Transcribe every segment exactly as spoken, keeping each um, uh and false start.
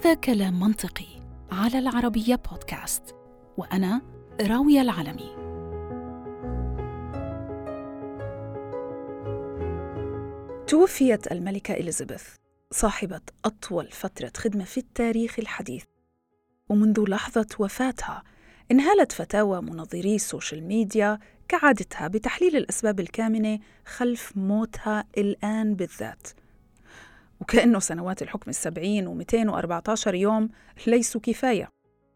هذا كلام منطقي على العربية بودكاست، وأنا راوية العلمي. توفيت الملكة إليزابيث صاحبة أطول فترة خدمة في التاريخ الحديث، ومنذ لحظة وفاتها انهالت فتاوى منظري السوشيال ميديا كعادتها بتحليل الأسباب الكامنة خلف موتها الآن بالذات، وكأنه سنوات الحكم السبعين ومئتين وأربعة عشر يوم ليسوا كفاية.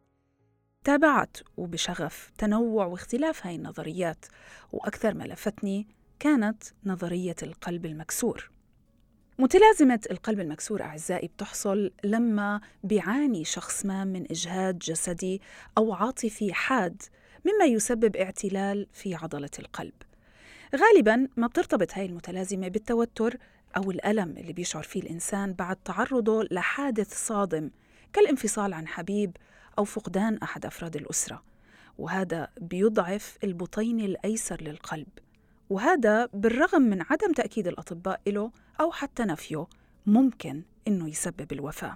تابعت وبشغف تنوع واختلاف هاي النظريات، وأكثر ما لفتني كانت نظرية القلب المكسور. متلازمة القلب المكسور أعزائي بتحصل لما بيعاني شخص ما من إجهاد جسدي أو عاطفي حاد، مما يسبب اعتلال في عضلة القلب. غالباً ما بترتبط هاي المتلازمة بالتوتر أو الألم اللي بيشعر فيه الإنسان بعد تعرضه لحادث صادم كالانفصال عن حبيب أو فقدان أحد أفراد الأسرة، وهذا بيضعف البطين الأيسر للقلب، وهذا بالرغم من عدم تأكيد الأطباء له أو حتى نفيه ممكن إنه يسبب الوفاة.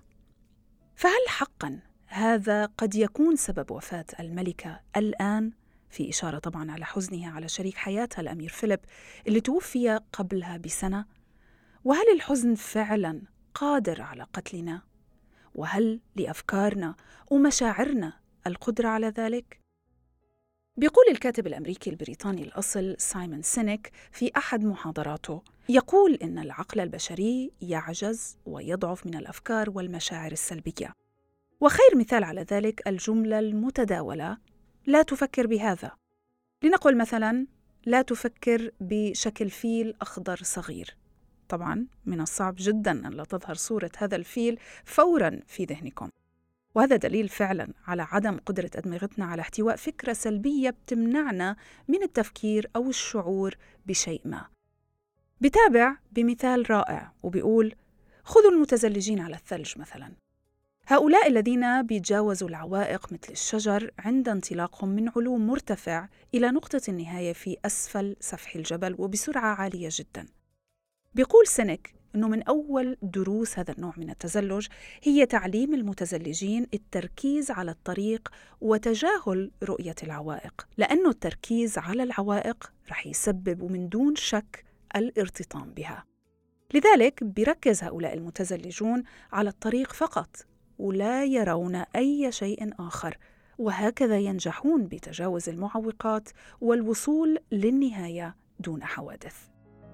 فهل حقاً هذا قد يكون سبب وفاة الملكة الآن؟ في إشارة طبعاً على حزنها على شريك حياتها الأمير فيليب اللي توفي قبلها بسنة. وهل الحزن فعلاً قادر على قتلنا؟ وهل لأفكارنا ومشاعرنا القدرة على ذلك؟ بيقول الكاتب الأمريكي البريطاني الأصل سايمون سينيك في أحد محاضراته، يقول إن العقل البشري يعجز ويضعف من الأفكار والمشاعر السلبية، وخير مثال على ذلك الجملة المتداولة لا تفكر بهذا. لنقل مثلاً لا تفكر بشكل فيل أخضر صغير. طبعاً من الصعب جداً أن لا تظهر صورة هذا الفيل فوراً في ذهنكم، وهذا دليل فعلاً على عدم قدرة أدمغتنا على احتواء فكرة سلبية بتمنعنا من التفكير أو الشعور بشيء ما. بتابع بمثال رائع وبيقول: خذوا المتزلجين على الثلج مثلاً، هؤلاء الذين بيتجاوزوا العوائق مثل الشجر عند انطلاقهم من علو مرتفع إلى نقطة النهاية في أسفل سفح الجبل وبسرعة عالية جداً. بيقول سينيك أنه من أول دروس هذا النوع من التزلج هي تعليم المتزلجين التركيز على الطريق وتجاهل رؤية العوائق، لأنه التركيز على العوائق رح يسبب من دون شك الارتطام بها. لذلك بيركز هؤلاء المتزلجون على الطريق فقط ولا يرون أي شيء آخر، وهكذا ينجحون بتجاوز المعوقات والوصول للنهاية دون حوادث.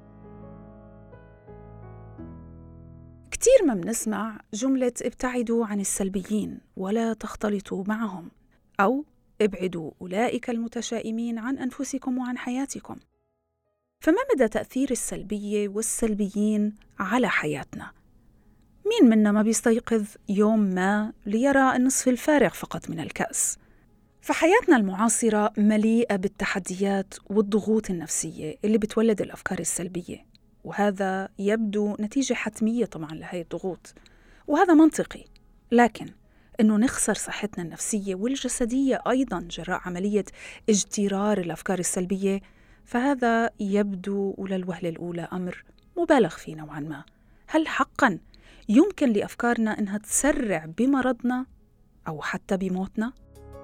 كتير ما بنسمع جملة ابتعدوا عن السلبيين ولا تختلطوا معهم، أو ابعدوا أولئك المتشائمين عن أنفسكم وعن حياتكم. فما مدى تأثير السلبية والسلبيين على حياتنا؟ مين منا ما بيستيقظ يوم ما ليرى النصف الفارغ فقط من الكأس؟ فحياتنا المعاصرة مليئة بالتحديات والضغوط النفسية اللي بتولد الأفكار السلبية، وهذا يبدو نتيجة حتمية طبعاً لهذه الضغوط، وهذا منطقي. لكن إنه نخسر صحتنا النفسية والجسدية أيضاً جراء عملية اجترار الأفكار السلبية، فهذا يبدو للوهلة الأولى أمر مبالغ فيه نوعاً ما. هل حقاً يمكن لأفكارنا أنها تسرع بمرضنا أو حتى بموتنا؟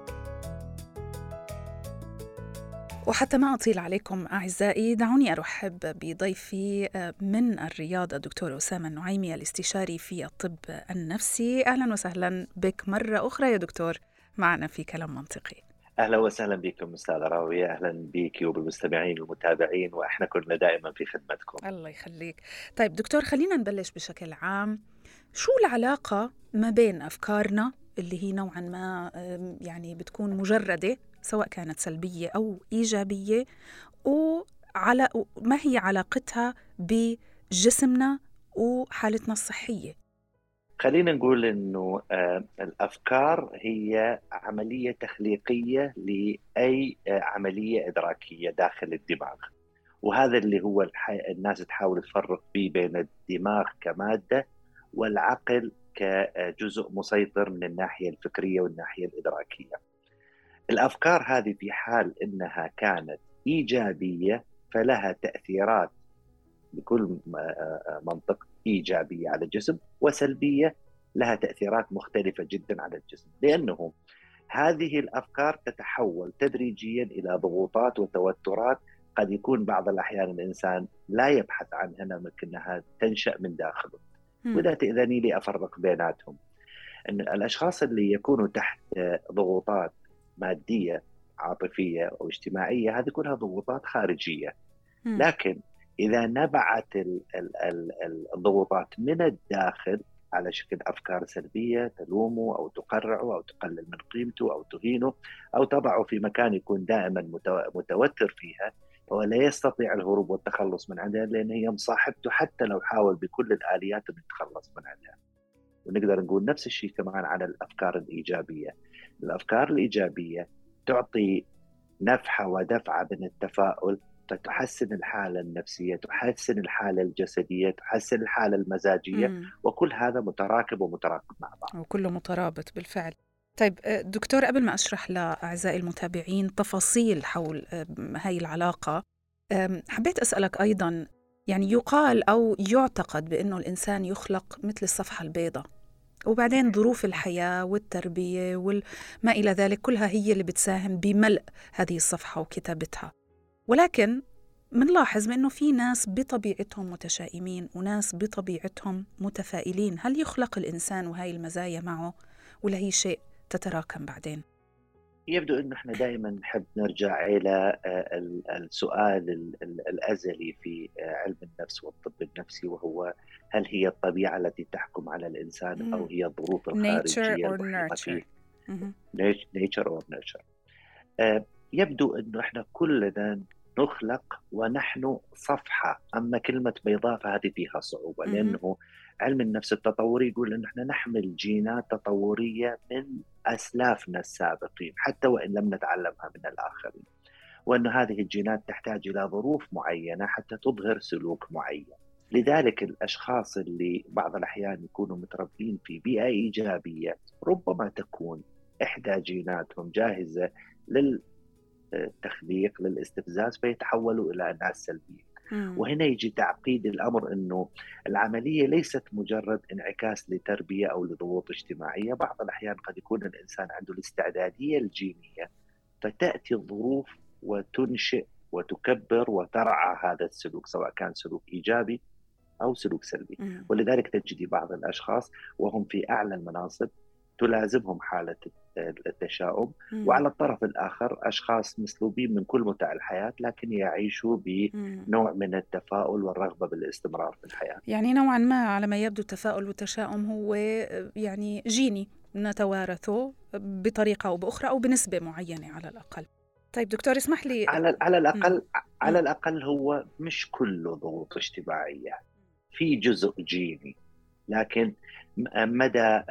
وحتى ما أطيل عليكم أعزائي، دعوني أرحب بضيفي من الرياض الدكتور أسامة النعيمي الاستشاري في الطب النفسي. أهلا وسهلا بك مرة أخرى يا دكتور معنا في كلام منطقي. أهلا وسهلا بكم أستاذة راوية، أهلا بك وبالمستمعين والمتابعين، وإحنا كلنا دائما في خدمتكم. الله يخليك. طيب دكتور، خلينا نبلش بشكل عام. شو العلاقة ما بين أفكارنا اللي هي نوعا ما يعني بتكون مجردة سواء كانت سلبية أو إيجابية، وعلى ما هي علاقتها بجسمنا وحالتنا الصحية؟ خلينا نقول إنه الأفكار هي عملية تخليقية لأي عملية إدراكية داخل الدماغ، وهذا اللي هو الناس تحاول تفرق فيه بين الدماغ كمادة والعقل كجزء مسيطر من الناحية الفكرية والناحية الإدراكية. الأفكار هذه في حال إنها كانت إيجابية فلها تأثيرات بكل منطق إيجابية على الجسم، وسلبية لها تأثيرات مختلفة جدا على الجسم، لأنه هذه الأفكار تتحول تدريجيا إلى ضغوطات وتوترات قد يكون بعض الأحيان الإنسان لا يبحث عنها لكنها تنشأ من داخله. وإذا تأذني لي أفرق بيناتهم، أن الأشخاص اللي يكونوا تحت ضغوطات مادية عاطفية أو اجتماعية هذه كلها ضغوطات خارجية، لكن إذا نبعت الضغوطات من الداخل على شكل أفكار سلبية تلومه أو تقرعه أو تقلل من قيمته أو تهينه أو تضعه في مكان يكون دائما متوتر فيها، هو لا يستطيع الهروب والتخلص من عندها، لأن هي مصاحبته حتى لو حاول بكل الآليات أن يتخلص من عندها. ونقدر نقول نفس الشيء كمان على الأفكار الإيجابية. الأفكار الإيجابية تعطي نفحة ودفعة من التفاؤل، فتحسن الحالة النفسية، تحسن الحالة الجسدية، تحسن الحالة المزاجية. مم. وكل هذا متراكب ومتراكب مع بعض، وكله مترابط بالفعل. طيب دكتور، قبل ما أشرح لأعزائي المتابعين تفاصيل حول هاي العلاقة، حبيت أسألك أيضاً، يعني يقال أو يعتقد بأنه الإنسان يخلق مثل الصفحة البيضاء، وبعدين ظروف الحياة والتربية وما إلى ذلك كلها هي اللي بتساهم بملء هذه الصفحة وكتابتها. ولكن منلاحظ بأنه في ناس بطبيعتهم متشائمين وناس بطبيعتهم متفائلين. هل يخلق الإنسان وهاي المزايا معه ولا هي شيء تتراكم بعدين؟ يبدو أنه إحنا دائما نحب نرجع إلى السؤال الأزلي في علم النفس والطب النفسي، وهو هل هي الطبيعة التي تحكم على الإنسان أو هي الظروف الخارجية المحيطة فيه؟ nature or nurture. يبدو أنه إحنا كلنا نخلق ونحن صفحة، أما كلمة بيضاء فهذه فيها صعوبة، لأنه علم النفس التطوري يقول أن إحنا نحمل جينات تطورية من أسلافنا السابقين حتى وإن لم نتعلمها من الآخرين، وأن هذه الجينات تحتاج إلى ظروف معينة حتى تظهر سلوك معين. لذلك الأشخاص اللي بعض الأحيان يكونوا متربين في بيئة إيجابية ربما تكون إحدى جيناتهم جاهزة للتخليق للاستفزاز فيتحولوا إلى ناس سلبيين. وهنا يجي تعقيد الأمر، أنه العملية ليست مجرد انعكاس لتربية أو لضغوط اجتماعية. بعض الأحيان قد يكون الإنسان عنده الاستعدادية الجينية فتأتي الظروف وتنشئ وتكبر وترعى هذا السلوك، سواء كان سلوك إيجابي أو سلوك سلبي. م. ولذلك تجدي بعض الأشخاص وهم في أعلى المناصب تلازمهم حالة التشاؤم، مم. وعلى الطرف الآخر أشخاص مسلوبين من كل متع الحياة لكن يعيشوا بنوع من التفاؤل والرغبة بالاستمرار في الحياة. يعني نوعا ما على ما يبدو التفاؤل والتشاؤم هو يعني جيني نتوارثه بطريقة أو بأخرى أو بنسبة معينة على الأقل. طيب دكتور اسمح لي، على, على الأقل مم. على الأقل هو مش كله ضغوط اجتماعية، في جزء جيني، لكن مدى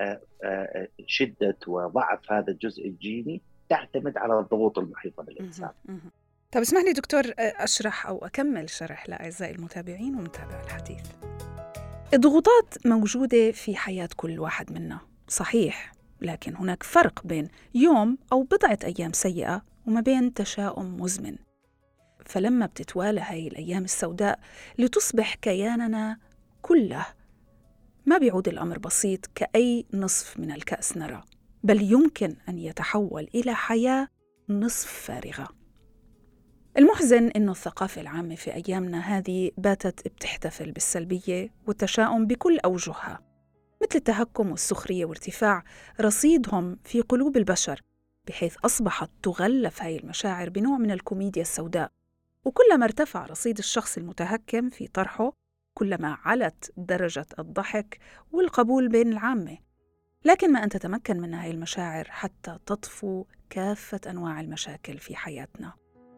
شدة وضعف هذا الجزء الجيني تعتمد على الضغوط المحيطة بالإنسان. طب اسمح لي دكتور أشرح أو أكمل شرح لأعزائي المتابعين ومتابع الحديث. الضغوطات موجودة في حياة كل واحد منا صحيح، لكن هناك فرق بين يوم أو بضعة أيام سيئة وما بين تشاؤم مزمن. فلما بتتوالى هاي الأيام السوداء لتصبح كياننا كله، ما بيعود الأمر بسيط كأي نصف من الكأس نرى، بل يمكن أن يتحول إلى حياة نصف فارغة. المحزن إنه الثقافة العامة في أيامنا هذه باتت بتحتفل بالسلبية والتشاؤم بكل أوجهها، مثل التهكم والسخرية وارتفاع رصيدهم في قلوب البشر، بحيث أصبحت تغلف هاي المشاعر بنوع من الكوميديا السوداء. وكلما ارتفع رصيد الشخص المتهكم في طرحه كلما علت درجة الضحك والقبول بين العامة. لكن ما أن تتمكن من هاي المشاعر حتى تطفو كافة أنواع المشاكل في حياتنا.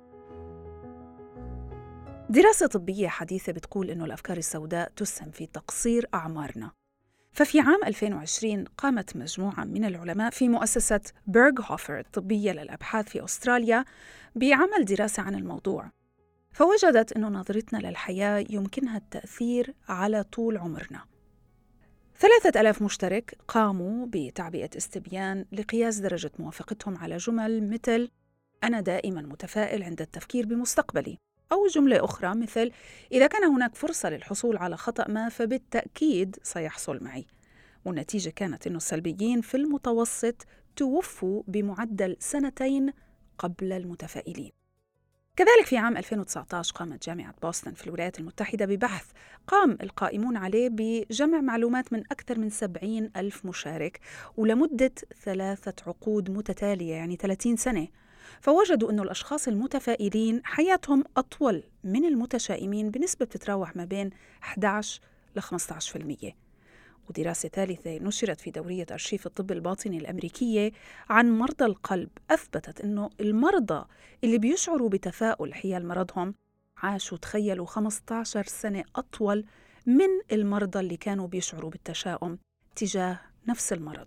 دراسة طبية حديثة بتقول إنه الأفكار السوداء تسهم في تقصير أعمارنا. ففي عام ألفين وعشرين قامت مجموعة من العلماء في مؤسسة بيرغهوفر الطبية للأبحاث في أستراليا بعمل دراسة عن الموضوع، فوجدت أن نظرتنا للحياة يمكنها التأثير على طول عمرنا. ثلاثة ألاف مشترك قاموا بتعبئة استبيان لقياس درجة موافقتهم على جمل مثل أنا دائماً متفائل عند التفكير بمستقبلي، أو جملة أخرى مثل إذا كان هناك فرصة للحصول على خطأ ما فبالتأكيد سيحصل معي. والنتيجة كانت أنه السلبيين في المتوسط توفوا بمعدل سنتين قبل المتفائلين. كذلك في عام ألفين وتسعة عشر قامت جامعة بوسطن في الولايات المتحدة ببحث قام القائمون عليه بجمع معلومات من أكثر من سبعين ألف مشارك ولمدة ثلاثة عقود متتالية، يعني ثلاثين سنة، فوجدوا أن الأشخاص المتفائلين حياتهم أطول من المتشائمين بنسبة بتتراوح ما بين أحد عشر إلى خمسة عشر بالمئة. ودراسة ثالثة نشرت في دورية أرشيف الطب الباطني الأمريكية عن مرضى القلب أثبتت أنه المرضى اللي بيشعروا بتفاؤل حيال مرضهم عاشوا تخيلوا خمسة عشر سنة أطول من المرضى اللي كانوا بيشعروا بالتشاؤم تجاه نفس المرض.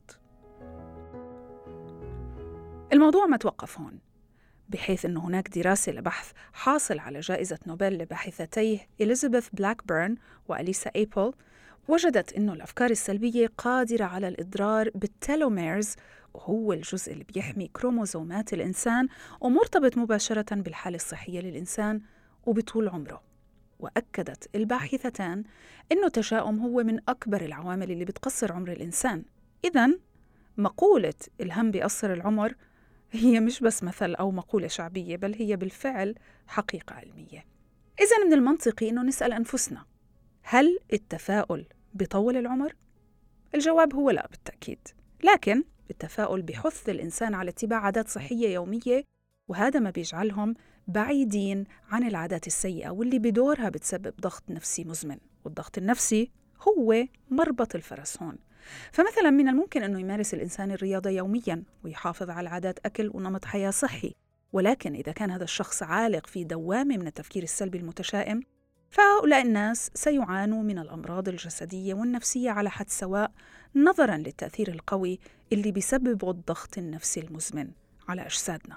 الموضوع ما توقف هون، بحيث أنه هناك دراسة لبحث حاصل على جائزة نوبل لباحثتيه إليزابيث بلاكبيرن وأليسا إيبل وجدت أنه الأفكار السلبية قادرة على الإضرار بالتيلوميرز، وهو الجزء اللي بيحمي كروموزومات الإنسان ومرتبط مباشرة بالحالة الصحية للإنسان وبطول عمره. وأكدت الباحثتان أنه التشاؤم هو من أكبر العوامل اللي بتقصر عمر الإنسان. إذن مقولة الهم بيقصر العمر هي مش بس مثل أو مقولة شعبية، بل هي بالفعل حقيقة علمية. إذن من المنطقي أنه نسأل أنفسنا، هل التفاؤل بيطول العمر؟ الجواب هو لا بالتأكيد، لكن التفاؤل بيحث الإنسان على اتباع عادات صحية يومية، وهذا ما بيجعلهم بعيدين عن العادات السيئة واللي بدورها بتسبب ضغط نفسي مزمن، والضغط النفسي هو مربط الفرس هون. فمثلا من الممكن أنه يمارس الإنسان الرياضة يوميا ويحافظ على عادات أكل ونمط حياة صحي، ولكن إذا كان هذا الشخص عالق في دوامة من التفكير السلبي المتشائم، فهؤلاء الناس سيعانوا من الأمراض الجسدية والنفسية على حد سواء، نظراً للتأثير القوي اللي بيسببه الضغط النفسي المزمن على أجسادنا.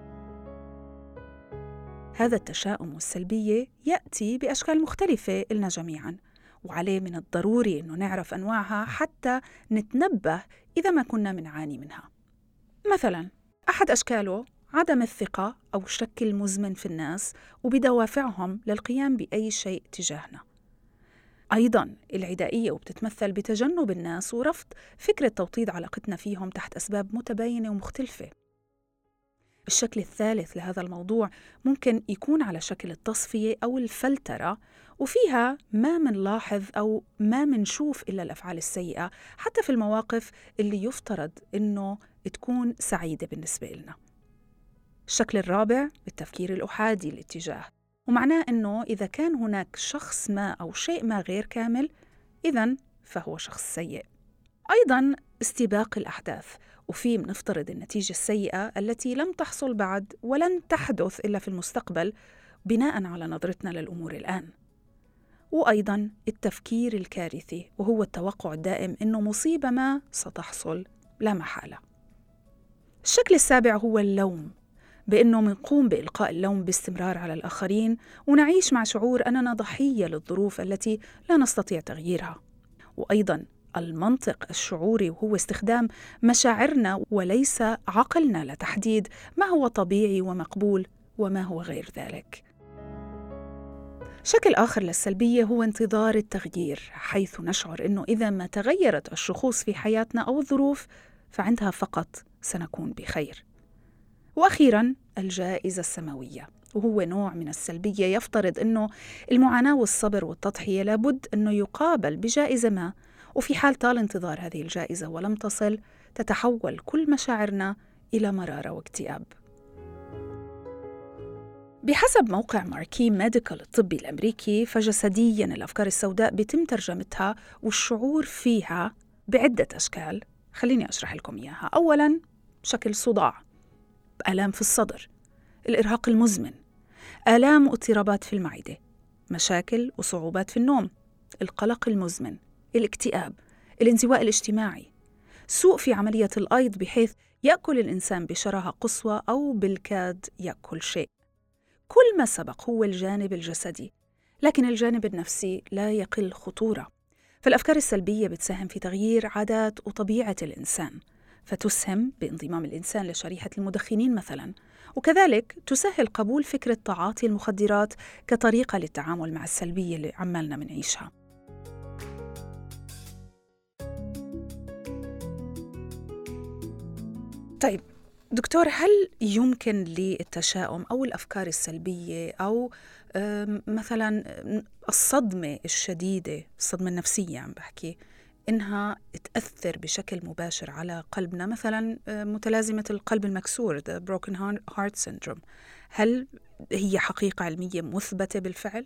هذا التشاؤم والسلبية يأتي بأشكال مختلفة لنا جميعاً، وعليه من الضروري أنه نعرف أنواعها حتى نتنبه إذا ما كنا منعاني منها. مثلاً أحد أشكاله عدم الثقة أو الشك المزمن في الناس وبدوافعهم للقيام بأي شيء تجاهنا. أيضاً العدائية، وبتتمثل بتجنب الناس ورفض فكرة توطيد علاقتنا فيهم تحت أسباب متباينة ومختلفة. الشكل الثالث لهذا الموضوع ممكن يكون على شكل التصفية أو الفلترة، وفيها ما منلاحظ أو ما منشوف إلا الأفعال السيئة حتى في المواقف اللي يفترض إنه تكون سعيدة بالنسبة لنا. الشكل الرابع التفكير الأحادي الاتجاه، ومعناه أنه إذا كان هناك شخص ما أو شيء ما غير كامل إذن فهو شخص سيء. أيضاً استباق الأحداث، وفيه بنفترض النتيجة السيئة التي لم تحصل بعد ولن تحدث إلا في المستقبل بناءً على نظرتنا للأمور الآن. وأيضاً التفكير الكارثي، وهو التوقع الدائم أنه مصيبة ما ستحصل لا محالة. الشكل السابع هو اللوم، بأنه منقوم بإلقاء اللوم باستمرار على الآخرين ونعيش مع شعور أننا ضحية للظروف التي لا نستطيع تغييرها. وأيضاً المنطق الشعوري، وهو استخدام مشاعرنا وليس عقلنا لتحديد ما هو طبيعي ومقبول وما هو غير ذلك. شكل آخر للسلبية هو انتظار التغيير، حيث نشعر أنه إذا ما تغيرت الشخوص في حياتنا أو الظروف فعندها فقط سنكون بخير. وأخيراً الجائزة السماوية، وهو نوع من السلبية يفترض أنه المعاناة والصبر والتضحية لابد أنه يقابل بجائزة ما، وفي حال طال انتظار هذه الجائزة ولم تصل تتحول كل مشاعرنا إلى مرارة واكتئاب. بحسب موقع ماركي ميديكال الطبي الأمريكي، فجسدياً الأفكار السوداء بيتم ترجمتها والشعور فيها بعدة أشكال. خليني أشرح لكم إياها. أولاً شكل صداع، آلام في الصدر، الإرهاق المزمن، آلام واضطرابات في المعدة، مشاكل وصعوبات في النوم، القلق المزمن، الاكتئاب، الانزواء الاجتماعي، سوء في عملية الأيض بحيث يأكل الإنسان بشراهة قصوى أو بالكاد يأكل شيء. كل ما سبق هو الجانب الجسدي، لكن الجانب النفسي لا يقل خطورة. فالأفكار السلبية بتساهم في تغيير عادات وطبيعة الإنسان، فتسهم بانضمام الإنسان لشريحة المدخنين مثلاً، وكذلك تسهل قبول فكرة تعاطي المخدرات كطريقة للتعامل مع السلبية اللي عمالنا منعيشها. طيب دكتور، هل يمكن للتشاؤم أو الأفكار السلبية أو آم، مثلا الصدمة الشديدة، الصدمة النفسية عم بحكي، إنها تأثر بشكل مباشر على قلبنا، مثلا آه، متلازمة القلب المكسور the broken heart syndrome؟ هل هي حقيقة علمية مثبتة بالفعل؟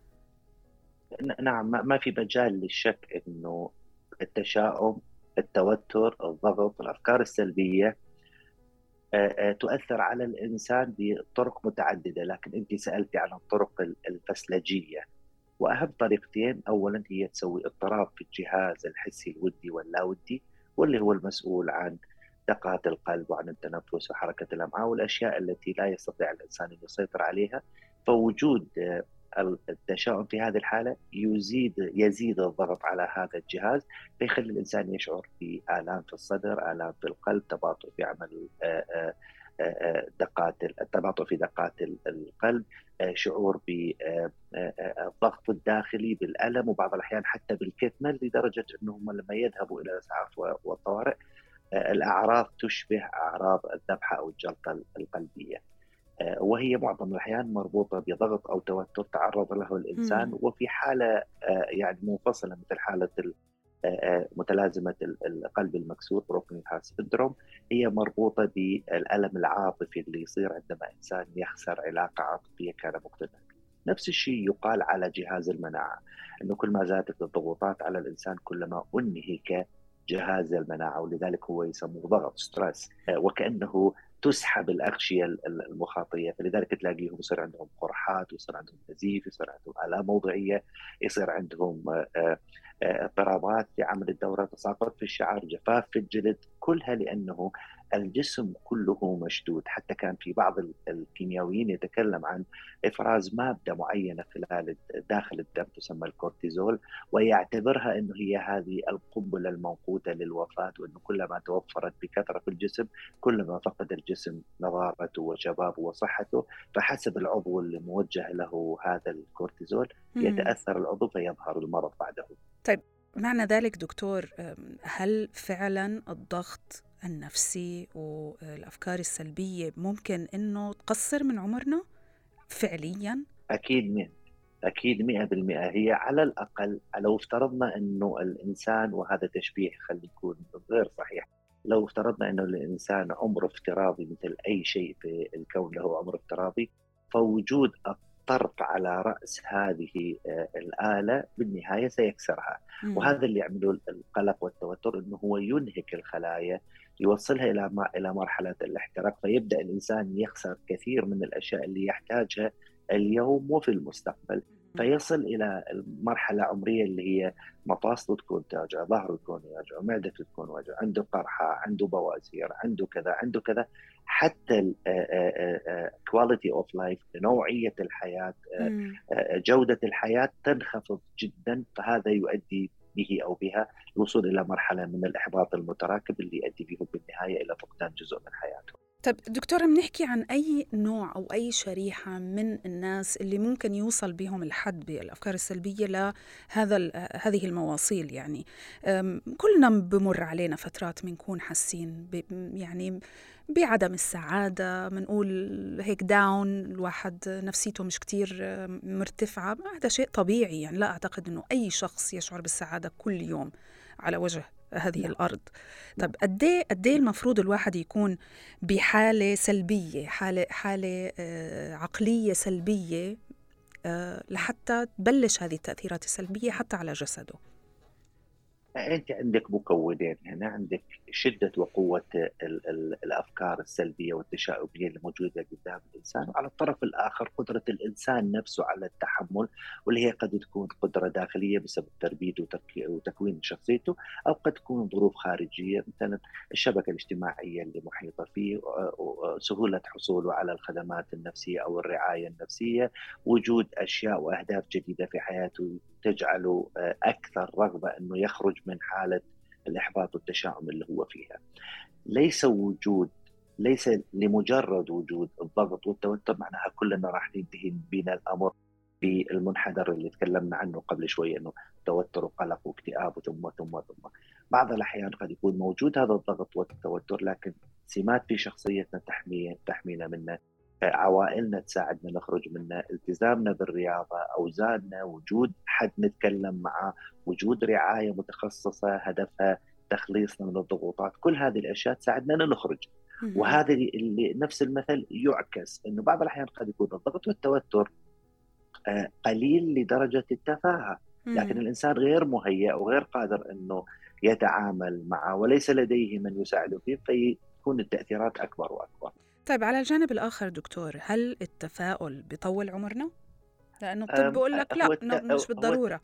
ن- نعم، ما ما في مجال للشك انه التشاؤم، التوتر، الضغط، الافكار السلبيه آه، آه، تؤثر على الانسان بطرق متعدده، لكن انت سالتي عن الطرق ال- الفسلجيه. واهم طريقتين، اولا هي تسوي اضطراب في الجهاز الحسي الودي واللاودي، واللي هو المسؤول عن دقات القلب وعن التنفس وحركه الامعاء والاشياء التي لا يستطيع الانسان ان يسيطر عليها. فوجود آه، التشاؤم في هذه الحاله يزيد يزيد الضغط على هذا الجهاز، فيخلي الانسان يشعر بآلام في الصدر، آلام في القلب، تباطؤ في عمل آه، آه، آه، دقات التباطؤ في دقات القلب، آه، شعور ب الضغط الداخلي، بالألم، وبعض الأحيان حتى بالكتمة، لدرجة أنهم لما يذهبوا إلى الإسعاف والطوارئ الأعراض تشبه أعراض الذبحة أو الجلطة القلبية، وهي معظم الأحيان مربوطة بضغط أو توتر تعرض له الإنسان. مم. وفي حالة يعني منفصلة مثل حالة متلازمة القلب المكسور بروكن هارت سيندروم، هي مربوطة بالألم العاطفي اللي يصير عندما إنسان يخسر علاقة عاطفية كان مقتنع بها. نفس الشيء يقال على جهاز المناعة، أنه كل ما زادت الضغوطات على الإنسان كلما أنهك جهاز المناعة، ولذلك هو يسموه ضغط ستريس، وكأنه تسحب الأغشية المخاطية، فلذلك تلاقيهم يصير عندهم قرحات، ويصير عندهم نزيف، يصير عندهم آلام موضعية، يصير عندهم اضطرابات في عمل الدورة، تساقط في الشعر، جفاف في الجلد، كلها لأنه الجسم كله مشدود. حتى كان في بعض الكيميائيين يتكلم عن إفراز مادة معينة خلال داخل الدم تسمى الكورتيزول، ويعتبرها أنه هي هذه القنبلة الموقوتة للوفاة، وأنه كلما توفرت بكثرة في الجسم كلما فقد الجسم نضارته وشبابه وصحته. فحسب العضو اللي موجه له هذا الكورتيزول مم. يتأثر العضو فيظهر المرض بعده. طيب، معنى ذلك دكتور، أم، هل فعلا الضغط النفسي والأفكار السلبية ممكن إنه تقصر من عمرنا فعليا؟ أكيد مئة أكيد مئة بالمئة. هي على الأقل لو افترضنا أنه الإنسان، وهذا تشبيه خلي يكون غير صحيح، لو افترضنا أنه الإنسان عمره افتراضي مثل أي شيء في الكون له عمر افتراضي، فوجود الطرق على رأس هذه آه، الآلة بالنهاية سيكسرها. مم. وهذا اللي يعمله القلق والتوتر، أنه هو ينهك الخلايا، يوصلها إلى إلى مرحلة الاحتراق، فيبدأ الإنسان يخسر كثير من الأشياء اللي يحتاجها اليوم وفي المستقبل. فيصل إلى المرحلة عمرية اللي هي مفاصله تكون توجع، ظهره يكون يوجع، معدته تكون وجع، عنده قرحة، عنده بواسير، عنده كذا عنده كذا. حتى كواليتي اوف لايف، نوعية الحياة، آه، مم. آه، جودة الحياة تنخفض جدا، فهذا يؤدي به أو بها الوصول إلى مرحلة من الإحباط المتراكب اللي يؤدي بهم بالنهاية إلى فقدان جزء من حياتهم. طب دكتورة، بنحكي عن أي نوع أو أي شريحة من الناس اللي ممكن يوصل بهم الحد بالأفكار السلبية لهذا ال- هذه المواصيل؟ يعني أم، كلنا بمر علينا فترات بنكون حاسين ب- يعني بعدم السعادة، بنقول هيك داون، الواحد نفسيته مش كتير أم، مرتفعة. هذا شيء طبيعي، يعني لا أعتقد أنه أي شخص يشعر بالسعادة كل يوم على وجه هذه نعم. الأرض. نعم. طب قد ايه قد ايه المفروض الواحد يكون بحالة سلبية، حالة حالة آه، عقلية سلبية، آه، لحتى تبلش هذه التأثيرات السلبية حتى على جسده؟ أنت عندك مكونين هنا، عندك شدة وقوة ال ال الأفكار السلبية والتشاؤمية اللي موجودة قدام الإنسان، وعلى الطرف الآخر قدرة الإنسان نفسه على التحمل، واللي هي قد تكون قدرة داخلية بسبب تربيته وتكوين شخصيته، أو قد تكون ظروف خارجية، مثلا الشبكة الاجتماعية اللي محيطة فيه، سهولة حصوله على الخدمات النفسية أو الرعاية النفسية، وجود أشياء وأهداف جديدة في حياته تجعله أكثر رغبة أنه يخرج من حالة الإحباط والتشاؤم اللي هو فيها. ليس وجود ليس لمجرد وجود الضغط والتوتر معناها كلنا راح ينتهي بنا الأمر بالمنحدر اللي تكلمنا عنه قبل شوي، أنه توتر وقلق واكتئاب ثم ثم ثم بعض الأحيان قد يكون موجود هذا الضغط والتوتر، لكن سمات في شخصيتنا تحمي تحمينا منه، عوائلنا تساعدنا نخرج منه، التزامنا بالرياضة، أوزاننا، وجود حد نتكلم معه، وجود رعاية متخصصة هدفها تخليصنا من الضغوطات، كل هذه الأشياء تساعدنا أن نخرج. مهم. وهذا اللي نفس المثل يعكس أنه بعض الأحيان قد يكون الضغط والتوتر آه، قليل لدرجة التفاهة، لكن مم. الإنسان غير مهيأ وغير قادر أنه يتعامل معه وليس لديه من يساعده فيه، فيكون التأثيرات أكبر وأكبر. طيب على الجانب الآخر دكتور، هل التفاؤل بيطول عمرنا؟ لأنه الطب أم، بيقول لك هو لا، الت... ن- مش هو بالضرورة.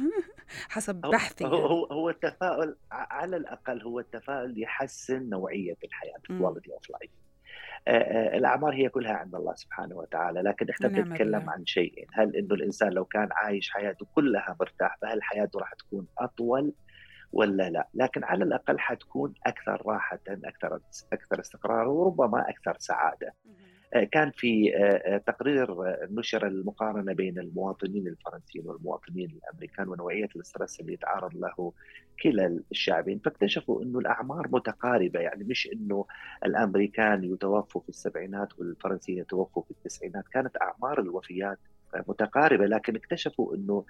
حسب هو بحثي يعني. هو هو التفاؤل، على الأقل هو التفاؤل يحسن نوعية الحياة مم. quality of life. آه، آه، الأعمار هي كلها عند الله سبحانه وتعالى، لكن إحنا ونعم بنتكلم بالله. عن شيئين: هل إنه الإنسان لو كان عايش حياته كلها مرتاح فهل حياته راح تكون أطول ولا لا؟ لكن على الأقل حتكون أكثر راحة، أكثر أكثر استقرار، وربما أكثر سعادة. مهم. كان في تقرير نشر المقارنة بين المواطنين الفرنسيين والمواطنين الأمريكان ونوعية الاسترس اللي يتعرض له كلا الشعبين، فاكتشفوا أنه الأعمار متقاربة، يعني مش أنه الأمريكان يتوفوا في السبعينات والفرنسيين يتوفوا في التسعينات، كانت أعمار الوفيات متقاربة، لكن اكتشفوا أنه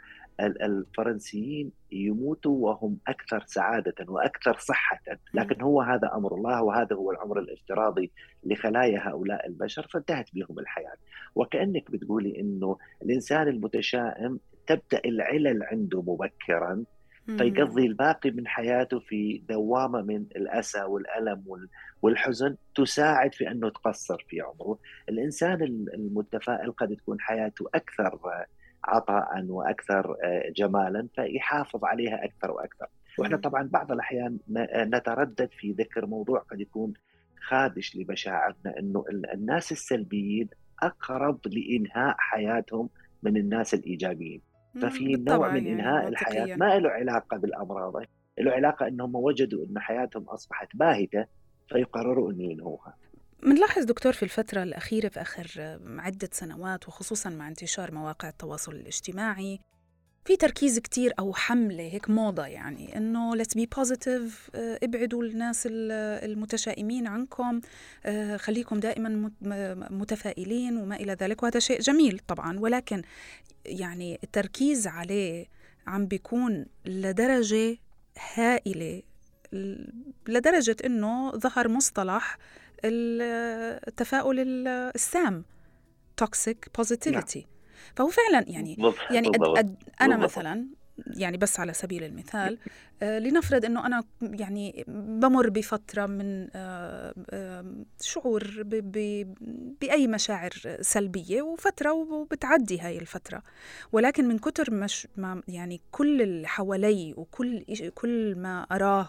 الفرنسيين يموتوا وهم أكثر سعادة وأكثر صحة، مم. لكن هو هذا أمر الله، وهذا هو العمر الافتراضي لخلايا هؤلاء البشر، فانتهت بهم الحياة. وكأنك بتقولي أنه الإنسان المتشائم تبدأ العلل عنده مبكرا، مم. فيقضي الباقي من حياته في دوامة من الأسى والألم والحزن تساعد في أنه تقصر في عمره. الإنسان المتفائل قد تكون حياته أكثر عطاء وأكثر جمالا، فيحافظ عليها أكثر وأكثر. وإحنا مم. طبعا بعض الأحيان نتردد في ذكر موضوع قد يكون خادش لمشاعرنا، أنه الناس السلبيين أقرب لإنهاء حياتهم من الناس الإيجابيين. مم. ففي نوع بالطبع من يعني إنهاء الحياة منطقيا. ما له علاقة بالأمراض، له علاقة أنهم وجدوا أن حياتهم أصبحت باهتة فيقرروا أن ينهوها. منلاحظ دكتور في الفترة الأخيرة، في آخر عدة سنوات، وخصوصا مع انتشار مواقع التواصل الاجتماعي، في تركيز كتير أو حملة هيك موضة، يعني إنه let's be positive، آه، ابعدوا الناس ال- المتشائمين عنكم، آه، خليكم دائما مت- م- متفائلين وما إلى ذلك. وهذا شيء جميل طبعا، ولكن يعني التركيز عليه عم بيكون لدرجة هائلة، ل- لدرجة إنه ظهر مصطلح ال- التفاؤل ال- السام، toxic نعم، positivity. فهو فعلا يعني يعني أد بالضبط أد أنا بالضبط. مثلا، يعني بس على سبيل المثال، آه لنفرض أنه أنا يعني بمر بفترة من آه آه شعور ب ب بأي مشاعر سلبية، وفترة وبتعدي هاي الفترة، ولكن من كتر مش ما يعني كل اللي حوالي وكل كل ما أراه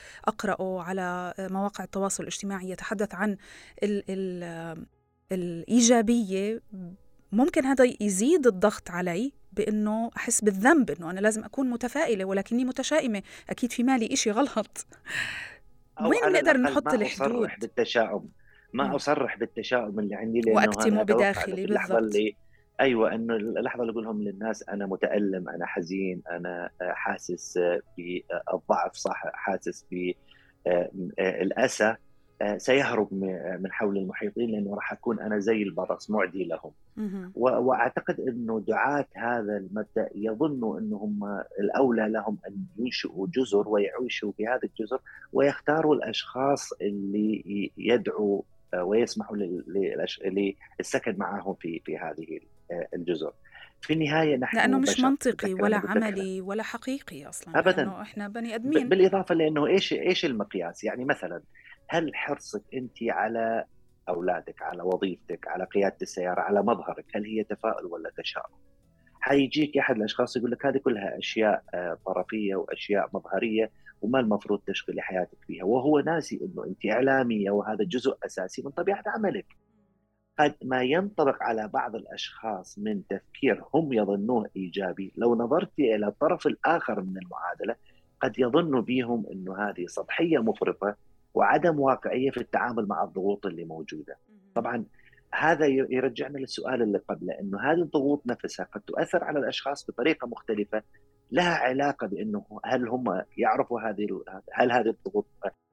وأقرأه على مواقع التواصل الاجتماعي يتحدث عن ال ال الإيجابية، ممكن هذا يزيد الضغط علي بأنه أحس بالذنب أنه أنا لازم أكون متفائلة ولكني متشائمة، أكيد في مالي إشي غلط. أو وين على بنقدر الأقل نحط ما الحدود؟ أصرح بالتشاؤم، ما مم. أصرح بالتشاؤم اللي عندي، لأنه أنا وأكتمه أتوقع أنه بداخلي في اللحظة بالضبط. اللي أيوة أنه اللحظة اللي أقولهم للناس أنا متألم، أنا حزين، أنا حاسس بالضعف، صح، حاسس بالأسى، سيهرب من حول المحيطين، لأنه راح أكون أنا زي البرص معدي لهم. مهم. واعتقد انه دعاة هذا المبدا يظنوا انهم الاولى لهم ان ينشئوا جزر ويعيشوا في هذه الجزر، ويختاروا الاشخاص اللي يدعوا ويسمحوا للسكن معهم في في هذه الجزر. في النهايه لأنه نحن مش بشر، منطقي بتذكر ولا انا قلت لك عملي ولا حقيقي أصلا، ابدا. لأنه إحنا بني أدمين. بالاضافه لانه ايش ايش المقياس؟ يعني مثلا هل حرصك انت على اولادك، على وظيفتك، على قياده السياره، على مظهرك، هل هي تفاؤل ولا تشاؤم؟ حيجيك احد الاشخاص يقول لك هذه كلها اشياء طرفيه واشياء مظهريه وما المفروض تشغلي حياتك فيها، وهو ناسي انه انت اعلاميه وهذا جزء اساسي من طبيعه عملك. قد ما ينطبق على بعض الاشخاص من تفكير هم يظنوه ايجابي، لو نظرت الى الطرف الاخر من المعادله قد يظن بهم انه هذه سطحيه مفرطه وعدم واقعيه في التعامل مع الضغوط اللي موجوده. طبعا هذا يرجعنا للسؤال اللي قبله، انه هذه الضغوط نفسها قد تؤثر على الاشخاص بطريقه مختلفه، لها علاقه بانه هل هم يعرفوا هذه هل هذه الضغوط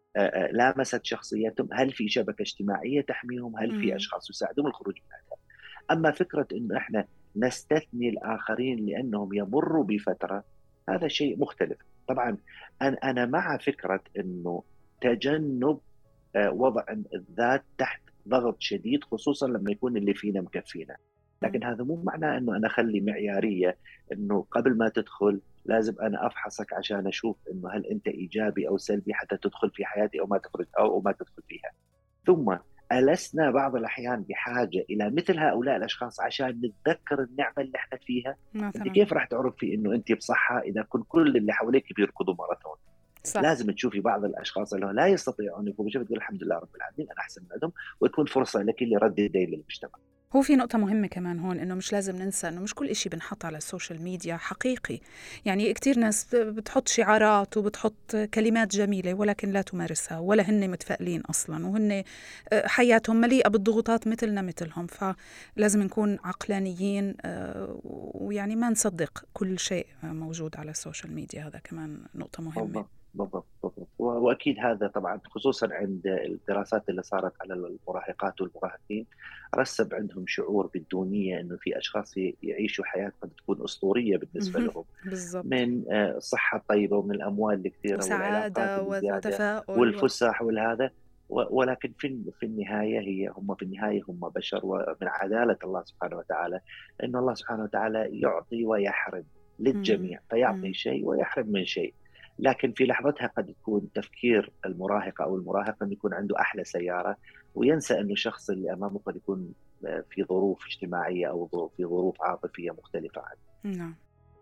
لامست شخصيتهم، هل في شبكة اجتماعية تحميهم، هل في مم. أشخاص يساعدهم الخروج من هذا. أما فكرة أنه إحنا نستثني الآخرين لأنهم يمروا بفترة، هذا شيء مختلف. طبعا أنا أنا مع فكرة أنه تجنب آه، وضع الذات تحت ضغط شديد، خصوصا لما يكون اللي فينا مكفينا. مم. لكن هذا مو معناه انه انا اخلي معياريه انه قبل ما تدخل لازم انا افحصك عشان اشوف انه هل انت ايجابي او سلبي حتى تدخل في حياتي او ما تخرج او ما تدخل فيها. ثم ألسنا بعض الأحيان بحاجة إلى مثل هؤلاء الأشخاص عشان نتذكر النعمة اللي احنا فيها؟ أنت مثلا. كيف راح تعرفي أنه أنت بصحة إذا كن كل اللي حواليك بيركضوا ماراثون؟ صح. لازم تشوفي بعض الاشخاص اللي لا يستطيعون ان يقوموا بشيء، تقول الحمد لله رب العالمين انا احسن منهم، وتكون فرصه لك لرد الدين للمجتمع. هو في نقطة مهمة كمان هون، إنه مش لازم ننسى إنه مش كل إشي بنحط على السوشيال ميديا حقيقي. يعني كتير ناس بتحط شعارات وبتحط كلمات جميلة ولكن لا تمارسها، ولا هن متفائلين أصلاً، وهن حياتهم مليئة بالضغوطات مثلنا مثلهم. فلازم نكون عقلانيين، ويعني ما نصدق كل شيء موجود على السوشيال ميديا. هذا كمان نقطة مهمة. بالضبط بالضبط بالضبط. واكيد هذا طبعا خصوصا عند الدراسات اللي صارت على المراهقات والمراهقين، رسب عندهم شعور بالدونيه، انه في اشخاص يعيشوا حياه قد تكون اسطوريه بالنسبه لهم، بالضبط. من الصحه الطيبه ومن الاموال الكثيره والعلاقات وسعادة الزياده وتفاؤل و... والفسح والهذا. ولكن في في النهايه هي هم في النهايه هم بشر، ومن عداله الله سبحانه وتعالى ان الله سبحانه وتعالى يعطي ويحرم مم. للجميع، فيعطي مم. شيء ويحرم من شيء. لكن في لحظتها قد يكون تفكير المراهق أو المراهق أن يكون عنده أحلى سيارة، وينسى أنه الشخص اللي أمامه قد يكون في ظروف اجتماعية أو في ظروف عاطفية مختلفة عنه. نعم.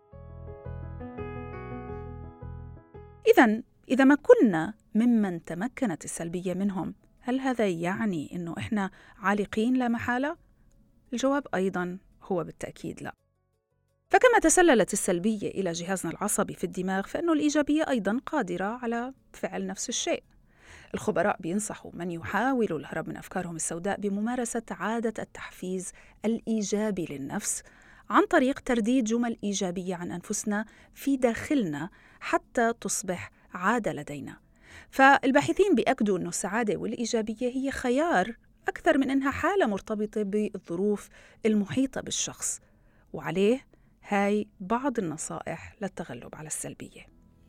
إذن إذا ما كنا ممن تمكنت السلبية منهم، هل هذا يعني إنه إحنا عالقين لا محالة؟ الجواب أيضاً هو بالتأكيد لا. فكما تسللت السلبية إلى جهازنا العصبي في الدماغ، فإنه الإيجابية أيضاً قادرة على فعل نفس الشيء. الخبراء بينصحوا من يحاول الهرب من أفكارهم السوداء بممارسة عادة التحفيز الإيجابي للنفس عن طريق ترديد جمل إيجابية عن أنفسنا في داخلنا حتى تصبح عادة لدينا. فالباحثين بيأكدوا أن السعادة والإيجابية هي خيار أكثر من أنها حالة مرتبطة بالظروف المحيطة بالشخص. وعليه هاي بعض النصائح للتغلب على السلبية.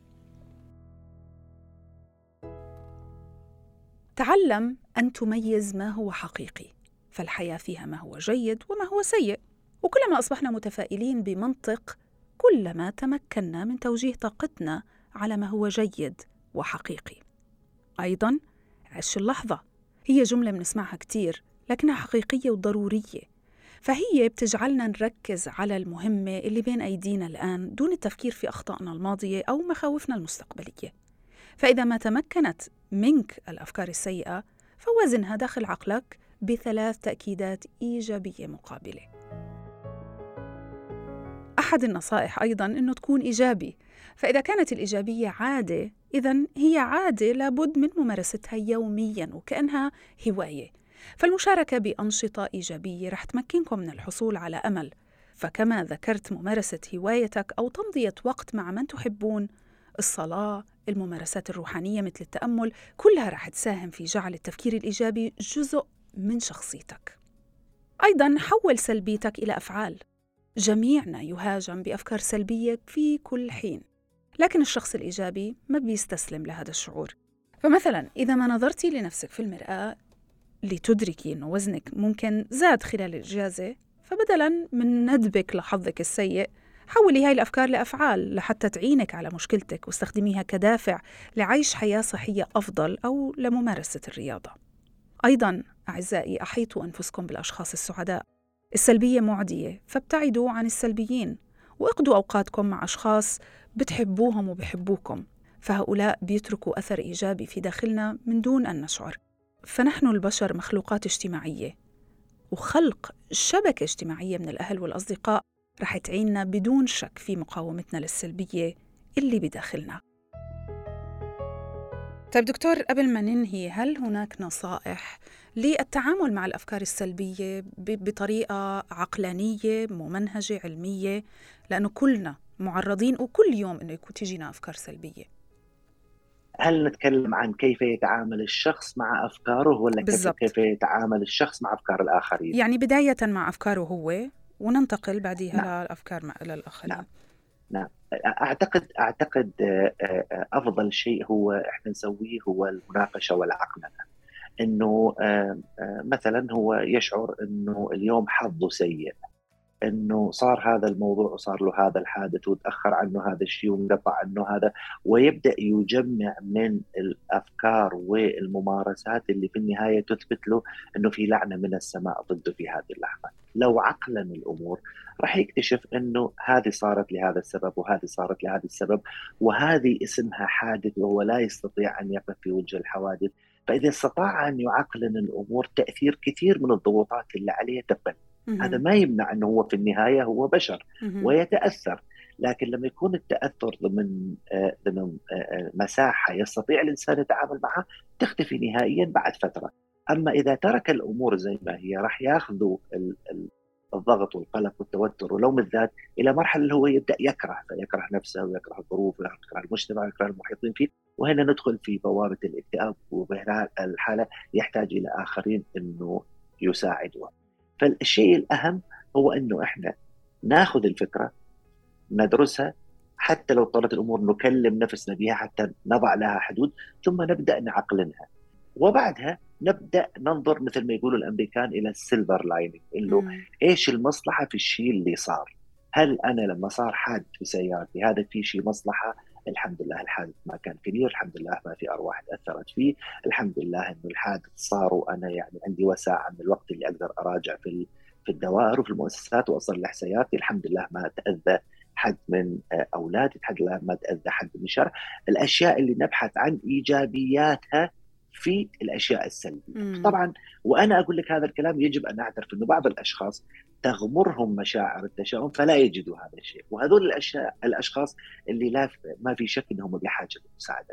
تعلم أن تميز ما هو حقيقي، فالحياة فيها ما هو جيد وما هو سيء، وكلما أصبحنا متفائلين بمنطق كلما تمكنا من توجيه طاقتنا على ما هو جيد وحقيقي. أيضاً عش اللحظة، هي جملة بنسمعها كتير لكنها حقيقية وضرورية، فهي بتجعلنا نركز على المهمة اللي بين أيدينا الآن دون التفكير في أخطائنا الماضية أو مخاوفنا المستقبلية. فإذا ما تمكنت منك الأفكار السيئة، فوزنها داخل عقلك بثلاث تأكيدات إيجابية مقابلة. أحد النصائح أيضاً أنه تكون إيجابي، فإذا كانت الإيجابية عادة، إذن هي عادة لابد من ممارستها يومياً وكأنها هواية. فالمشاركة بأنشطة إيجابية رح تمكنكم من الحصول على أمل. فكما ذكرت ممارسة هوايتك أو تمضية وقت مع من تحبون، الصلاة، الممارسات الروحانية مثل التأمل، كلها رح تساهم في جعل التفكير الإيجابي جزء من شخصيتك. أيضاً حول سلبيتك إلى أفعال. جميعنا يهاجم بأفكار سلبية في كل حين، لكن الشخص الإيجابي ما بيستسلم لهذا الشعور. فمثلاً إذا ما نظرتي لنفسك في المرآة لتدركي أن وزنك ممكن زاد خلال الإجازة، فبدلاً من ندبك لحظك السيء، حولي هاي الأفكار لأفعال لحتى تعينك على مشكلتك، واستخدميها كدافع لعيش حياة صحية أفضل أو لممارسة الرياضة. أيضاً أعزائي، أحيطوا أنفسكم بالأشخاص السعداء. السلبية معدية، فابتعدوا عن السلبيين واقضوا أوقاتكم مع أشخاص بتحبوهم وبحبوكم، فهؤلاء بيتركوا أثر إيجابي في داخلنا من دون أن نشعر. فنحن البشر مخلوقات اجتماعية، وخلق شبكة اجتماعية من الأهل والأصدقاء رح تعيننا بدون شك في مقاومتنا للسلبية اللي بداخلنا. طيب دكتور، قبل ما ننهي، هل هناك نصائح للتعامل مع الأفكار السلبية بطريقة عقلانية ممنهجة علمية؟ لأنه كلنا معرضين وكل يوم إنه يكون تجينا أفكار سلبية. هل نتكلم عن كيف يتعامل الشخص مع أفكاره ولا كيف بالضبط. كيف يتعامل الشخص مع أفكار الآخرين؟ يعني بداية مع أفكاره هو، وننتقل بعدها نعم للأفكار مع للآخرين. نعم نعم. أعتقد أعتقد آه، آه، أفضل شيء هو إحنا نسويه هو المناقشة والعقلنة. إنه آه، آه، مثلا هو يشعر إنه اليوم حظه سيء، انه صار هذا الموضوع وصار له هذا الحادث وتاخر عنه هذا الشيء وانقطع عنه هذا، ويبدا يجمع من الافكار والممارسات اللي في النهايه تثبت له انه في لعنه من السماء ضده في هذه اللحظه. لو عقلن الامور راح يكتشف انه هذه صارت لهذا السبب وهذه صارت لهذا السبب، وهذه اسمها حادث وهو لا يستطيع ان يقف في وجه الحوادث. فاذا استطاع ان يعقلن الامور تاثير كثير من الضغوطات اللي عليه تقل. هذا ما يمنع أنه هو في النهاية هو بشر ويتأثر، لكن لما يكون التأثر ضمن ضمن مساحة يستطيع الإنسان يتعامل معها تختفي نهائيا بعد فترة. أما إذا ترك الأمور زي ما هي راح ياخذوا الضغط والقلق والتوتر ولوم الذات إلى مرحلة اللي هو يبدأ يكره، فيكره نفسه ويكره الظروف ويكره المجتمع ويكره المحيطين فيه، وهنا ندخل في بوابة الاكتئاب، وبهذه الحالة يحتاج إلى آخرين أنه يساعدوه. فالشيء الأهم هو أنه إحنا ناخذ الفكرة ندرسها، حتى لو اضطرت الأمور نكلم نفسنا بها حتى نضع لها حدود، ثم نبدأ نعقلنها، وبعدها نبدأ ننظر مثل ما يقولوا الأمريكان إلى السيلفر لايننج، إنه إيش المصلحة في الشيء اللي صار. هل أنا لما صار حادث في سيارتي هذا في شيء مصلحة؟ الحمد لله الحادث ما كان كبير، الحمد لله ما في أرواح تأثرت فيه، الحمد لله إنه الحادث صار وأنا يعني عندي وساعة من الوقت اللي أقدر أراجع في في الدوائر وفي المؤسسات وأصلح سيارتي، الحمد لله ما تأذى حد من أولادي، الحمد لله ما تأذى حد من الشارع. الأشياء اللي نبحث عن إيجابياتها في الأشياء السلبية. طبعا وأنا أقول لك هذا الكلام يجب أن نعترف أنه بعض الأشخاص تغمرهم مشاعر التشاؤم فلا يجدوا هذا الشيء، وهذول الأشياء الأشخاص اللي لا ما في شك أنهم بحاجة للمساعدة.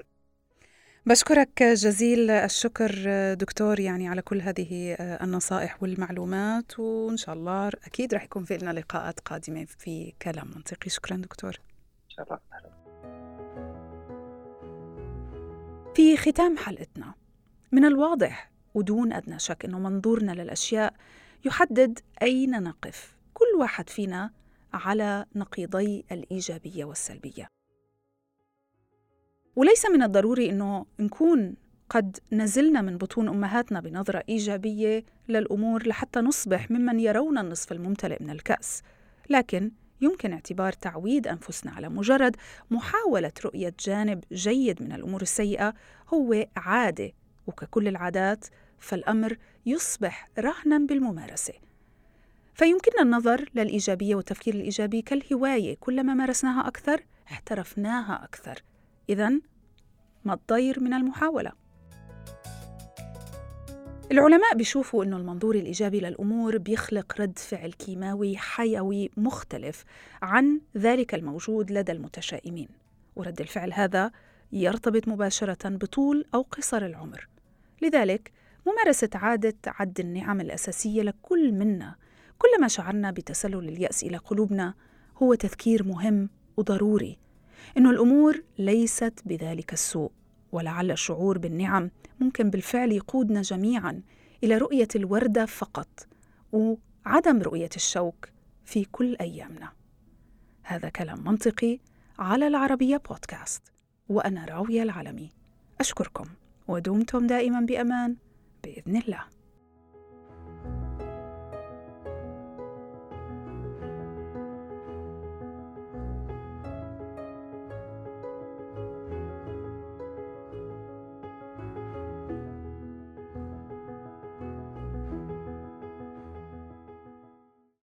بشكرك جزيل الشكر دكتور يعني على كل هذه النصائح والمعلومات، وإن شاء الله أكيد رح يكون في لنا لقاءات قادمة في كلام منطقي. شكرا دكتور. شرفنا. في ختام حلقتنا، من الواضح ودون أدنى شك أنه منظورنا للأشياء يحدد أين نقف كل واحد فينا على نقيضي الإيجابية والسلبية. وليس من الضروري أنه نكون قد نزلنا من بطون أمهاتنا بنظرة إيجابية للأمور لحتى نصبح ممن يرون النصف الممتلئ من الكأس، لكن يمكن اعتبار تعويد أنفسنا على مجرد محاولة رؤية جانب جيد من الأمور السيئة هو عادة، وككل العادات فالأمر يصبح رهنا بالممارسة. فيمكننا النظر للإيجابية والتفكير الإيجابي كالهواية، كلما مارسناها أكثر احترفناها أكثر. إذن ما الضير من المحاولة؟ العلماء بيشوفوا إنه المنظور الإيجابي للأمور بيخلق رد فعل كيماوي حيوي مختلف عن ذلك الموجود لدى المتشائمين، ورد الفعل هذا يرتبط مباشرة بطول أو قصر العمر. لذلك ممارسة عادة عد النعم الأساسية لكل منا كلما شعرنا بتسلل اليأس إلى قلوبنا هو تذكير مهم وضروري إنه الأمور ليست بذلك السوء، ولعل الشعور بالنعم ممكن بالفعل يقودنا جميعاً إلى رؤية الوردة فقط وعدم رؤية الشوك في كل أيامنا. هذا كلام منطقي على العربية بودكاست، وأنا راوية العلمي. أشكركم ودمتم دائماً بأمان بإذن الله.